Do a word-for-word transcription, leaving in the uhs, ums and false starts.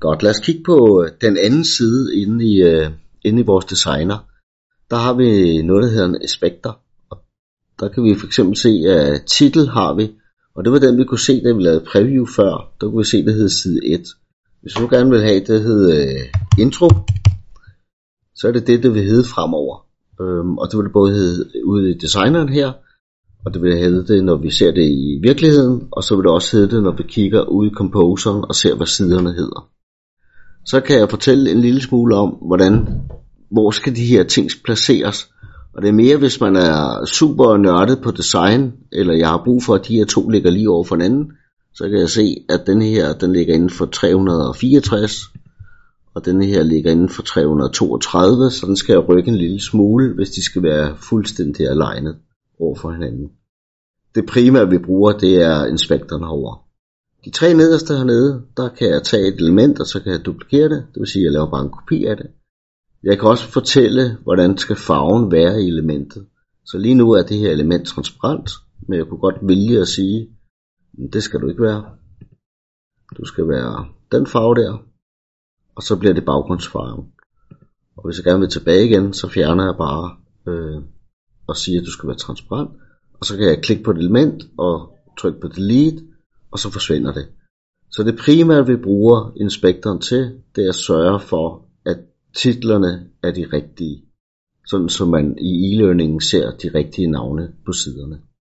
Godt, lad os kigge på den anden side inde i, uh, inde i vores designer. Der har vi noget, der hedder en inspector. Og der kan vi for eksempel se, at titel har vi. Og det var den, vi kunne se, da vi lavede preview før. Der kunne vi se, det hed side et. Hvis du gerne vil have, det hed uh, intro, så er det det, det vil hedde fremover. Um, og det vil det både hedde ude i designeren her, og det vil hedde det, når vi ser det i virkeligheden, og så vil det også hedde det, når vi kigger ud i composeren og ser, hvad siderne hedder. Så kan jeg fortælle en lille smule om, hvordan, hvor skal de her ting placeres. Og det er mere, hvis man er super nørdet på design, eller jeg har brug for, at de her to ligger lige over for hinanden, så kan jeg se, at den her, den ligger inden for tre hundrede og fireogtres, og den her ligger inden for tre hundrede og toogtredive, så den skal jeg rykke en lille smule, hvis de skal være fuldstændig alignet over for hinanden. Det primære, vi bruger, det er inspektoren herovre. De tre nederste hernede, der kan jeg tage et element, og så kan jeg duplikere det. Det vil sige, at jeg laver bare en kopi af det. Jeg kan også fortælle, hvordan skal farven være i elementet. Så lige nu er det her element transparent, men jeg kunne godt vælge at sige, det skal du ikke være. Du skal være den farve der, og så bliver det baggrundsfarven. Og hvis jeg gerne vil tilbage igen, så fjerner jeg bare øh, og siger, at du skal være transparent. Og så kan jeg klikke på et element og trykke på delete, og så forsvinder det. Så det primære vi bruger inspektoren til, det er at sørge for, at titlerne er de rigtige. Sådan som man i e-learningen ser de rigtige navne på siderne.